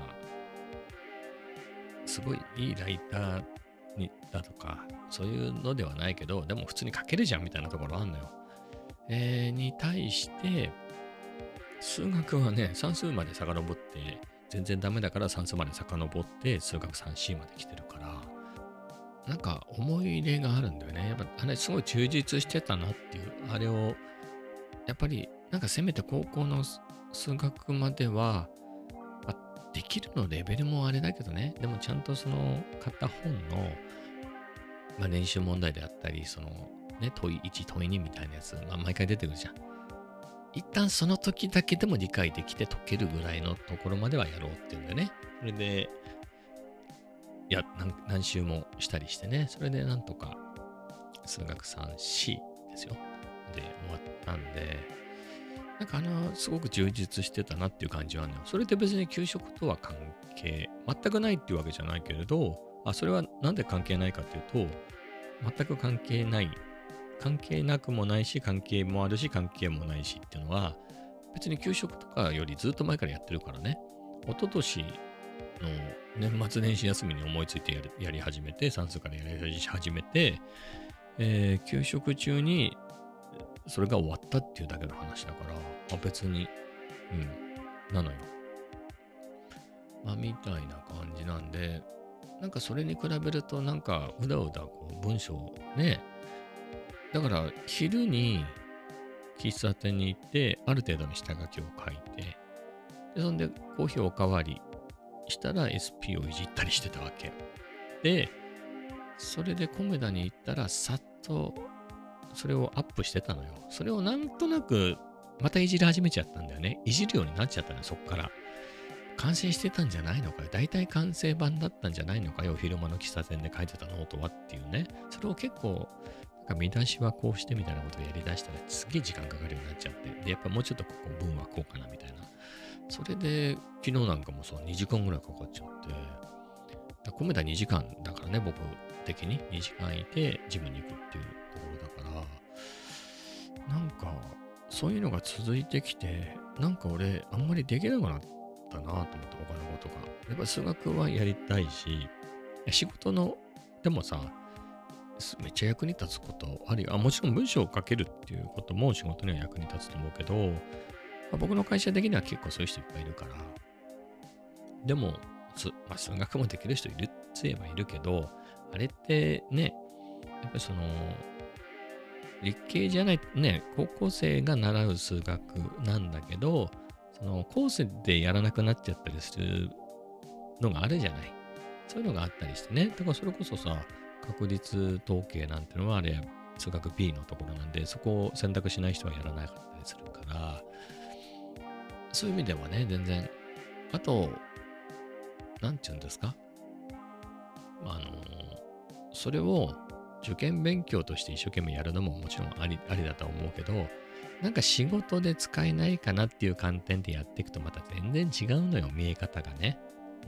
すごいいいライターにだとか、そういうのではないけど、でも普通に書けるじゃんみたいなところあんのよ。えーに対して、数学はね、算数まで遡って、全然ダメだから算数まで遡って、数学 スリーシー まで来てるから、なんか思い入れがあるんだよね。やっぱあれすごい充実してたなっていう、あれを、やっぱりなんかせめて高校の数学までは、まあ、できるのレベルもあれだけどね、でもちゃんとその買った本の、まあ、練習問題であったり、そのね、問いいち、問いにみたいなやつ、まあ、毎回出てくるじゃん。一旦その時だけでも理解できて解けるぐらいのところまではやろうっていうんでね。それで、いや何、何周もしたりしてね。それでなんとか数学 スリーシー ですよ。で、終わったんで、なんかあの、すごく充実してたなっていう感じはあるのよ。それって別に給食とは関係、全くないっていうわけじゃないけれど、あ、それはなんで関係ないかっていうと、全く関係ない。関係なくもないし、関係もあるし、関係もないしっていうのは、別に給食とかよりずっと前からやってるからね。一昨年の年末年始休みに思いついてやりやり始めて、算数からやり始めて、えー給食中にそれが終わったっていうだけの話だから、まあ、別に、うん、なのよ。まあ、みたいな感じなんで、なんかそれに比べると、なんかうだうだこう文章をね、だから昼に喫茶店に行って、ある程度の下書きを書いて、でそんでコーヒーおかわりしたら エスピー をいじったりしてたわけ。で、それでコメダに行ったら、さっとそれをアップしてたのよ。それをなんとなく、またいじり始めちゃったんだよね。いじるようになっちゃったのよ、そっから。完成してたんじゃないのかよ。大体完成版だったんじゃないのかよ。昼間の喫茶店で書いてたノートはっていうね。それを結構、なんか見出しはこうしてみたいなことをやりだしたら、すげえ時間かかるようになっちゃって。で、やっぱもうちょっとここ文はこうかなみたいな。それで、昨日なんかもそうにじかんぐらいかかっちゃって。コメダにじかんだからね、僕的に。にじかんいて、ジムに行くっていうところだから、なんか、そういうのが続いてきて、なんか俺、あんまりできなくなったなと思って、他のことが。やっぱ数学はやりたいし、仕事の、でもさ、めっちゃ役に立つことあるよ。あ、もちろん文章を書けるっていうことも仕事には役に立つと思うけど、まあ、僕の会社的には結構そういう人いっぱいいるから。でも、まあ、数学もできる人いるって言えばいるけど、あれってね、やっぱりその、理系じゃない、ね、高校生が習う数学なんだけど、その、コースでやらなくなっちゃったりするのがあるじゃない。そういうのがあったりしてね。だからそれこそさ、確率統計なんてのはあれ、数学 B のところなんで、そこを選択しない人はやらなかったりするから、そういう意味ではね、全然、あと、なんて言うんですか、あの、それを受験勉強として一生懸命やるのももちろんあり、ありだとは思うけど、なんか仕事で使えないかなっていう観点でやっていくとまた全然違うのよ、見え方がね。うん、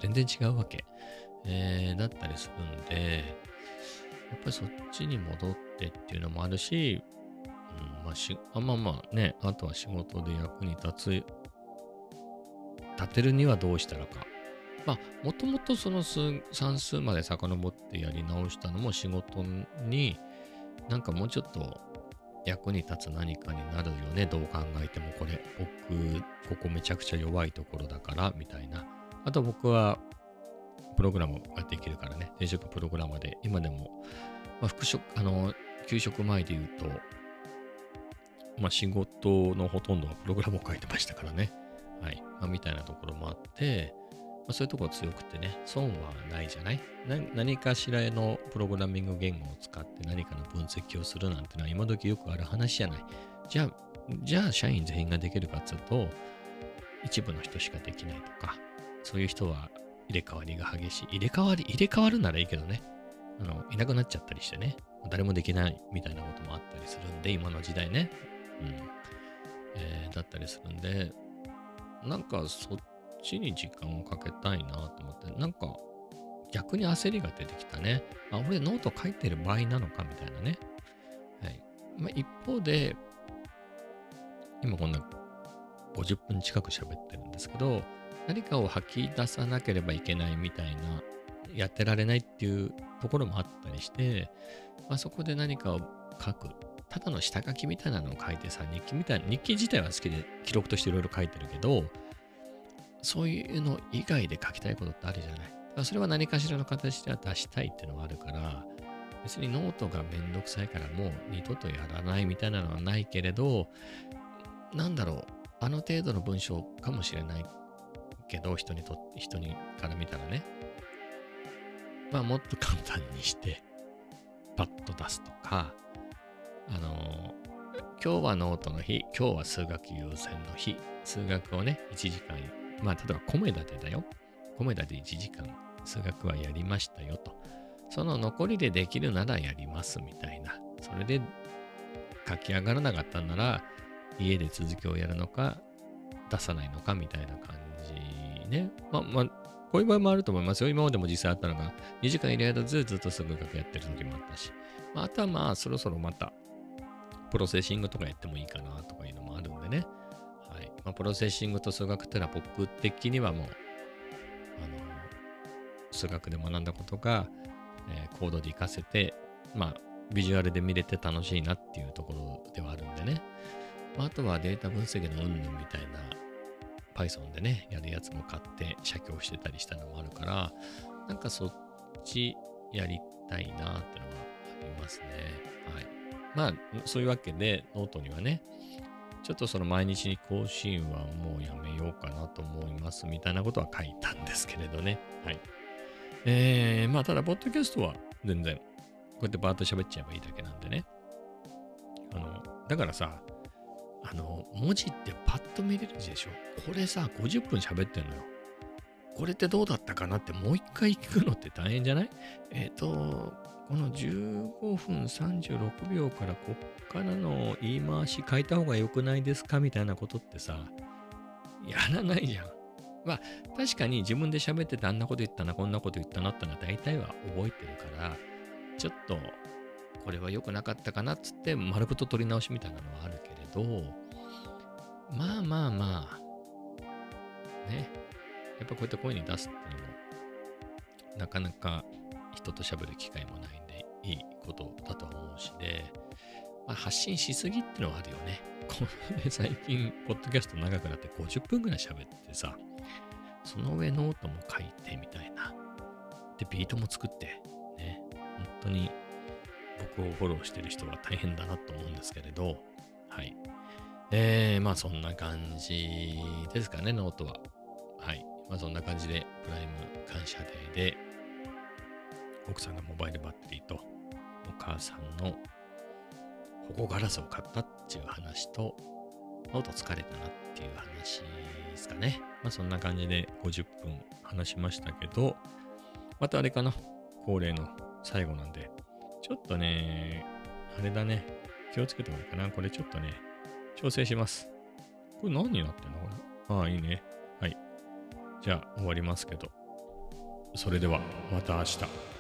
全然違うわけ。えー、だったりするんで、やっぱりそっちに戻ってっていうのもあるし、うん、まあし、あまあまあね、あとは仕事で役に立つ、立てるにはどうしたらか。まあ、もともとその数算数まで遡ってやり直したのも仕事になんかもうちょっと役に立つ何かになるよね。どう考えてもこれ、僕、ここめちゃくちゃ弱いところだから、みたいな。あと僕は、プログラムができるからね。転職プログラマーで、今でも、まあ、副職、あの、給食前で言うと、まあ、仕事のほとんどはプログラムを書いてましたからね。はい。まあ、みたいなところもあって、まあ、そういうところ強くてね、損はないじゃないな何かしらのプログラミング言語を使って何かの分析をするなんてのは今時よくある話じゃない。じゃあ、じゃあ社員全員ができるかっつうと、一部の人しかできないとか、そういう人は入れ替わりが激しい。入れ替わり、入れ替わるならいいけどね。あの、いなくなっちゃったりしてね。誰もできないみたいなこともあったりするんで、今の時代ね。うん。えー、だったりするんで、なんかそっちに時間をかけたいなと思って、なんか逆に焦りが出てきたね。あ、俺ノート書いてる場合なのかみたいなね。はい。まあ、一方で、今こんなごじゅっぷん近く喋ってるんですけど、何かを吐き出さなければいけないみたいな、やってられないっていうところもあったりして、まあ、そこで何かを書く。ただの下書きみたいなのを書いてさ、日記みたいな、日記自体は好きで記録としていろいろ書いてるけど、そういうの以外で書きたいことってあるじゃない。だからそれは何かしらの形では出したいっていうのはあるから、別にノートがめんどくさいからもう二度とやらないみたいなのはないけれど、なんだろう、あの程度の文章かもしれないけど、人にとって、人にから見たらね。まあもっと簡単にして、パッと出すとか、あのー、今日はノートの日、今日は数学優先の日、数学をね、いちじかん、まあ例えばコメダでだよ。コメダでいちじかん数学はやりましたよと。その残りでできるならやりますみたいな。それで書き上がらなかったんなら、家で続きをやるのか、出さないのかみたいな感じね。まあまあ、こういう場合もあると思いますよ。今までも実際あったのが、にじかんいる間ずっと数学やってる時もあったし。まあ、あとはまあ、そろそろまた、プロセッシングとかやってもいいかなとかいうのもあるんでね。はい。まあ、プロセッシングと数学ってのは僕的にはもう、あの、数学で学んだことが、えーコードで活かせて、まあ、ビジュアルで見れて楽しいなっていうところではあるんでね。まあ、あとはデータ分析の云々みたいな Python でね、やるやつも買って写経してたりしたのもあるから、なんかそっちやりたいなってのはありますね。はい。まあ、そういうわけで、ノートにはね、 ちょっとその毎日に更新はもうやめようかなと思いますみたいなことは書いたんですけれどね。はい。えー、まあただ、ポッドキャストは全然、こうやってバーッと喋っちゃえばいいだけなんでね。あの、だからさ、あの、文字ってパッと見れるでしょ。これさ、ごじゅっぷん喋ってんのよ。これってどうだったかなってもう一回聞くのって大変じゃない？えっと、このじゅうごふんさんじゅうろくびょうからこっからの言い回し変えた方が良くないですかみたいなことってさ、やらないじゃん。まあ、確かに自分で喋っててあんなこと言ったな、こんなこと言ったなってのは大体は覚えてるから、ちょっと、これは良くなかったかなっつって、丸ごと取り直しみたいなのはあるけれど、まあまあまあ、ね。やっぱこうやって声に出すっていうのも、なかなか人と喋る機会もないんで、いいことだと思うしで、まあ、発信しすぎってのはあるよね。このね、最近、ポッドキャスト長くなってごじゅっぷんぐらい喋ってさ、その上ノートも書いてみたいな。で、ビートも作って、ね、本当に僕をフォローしてる人は大変だなと思うんですけれど、はい。えー、まあそんな感じですかね、ノートは。はい。まあそんな感じで、プライム感謝デーで、奥さんがモバイルバッテリーと、お母さんの保護ガラスを買ったっていう話と、ノート疲れたなっていう話ですかね。まあそんな感じでごじゅっぷん話しましたけど、またあれかな、恒例の最後なんで、ちょっとね、あれだね、気をつけてもらうかな。これちょっとね、調整します。これ何になってんのこれ。ああ、いいね。はい。じゃあ終わりますけど。それではまた明日。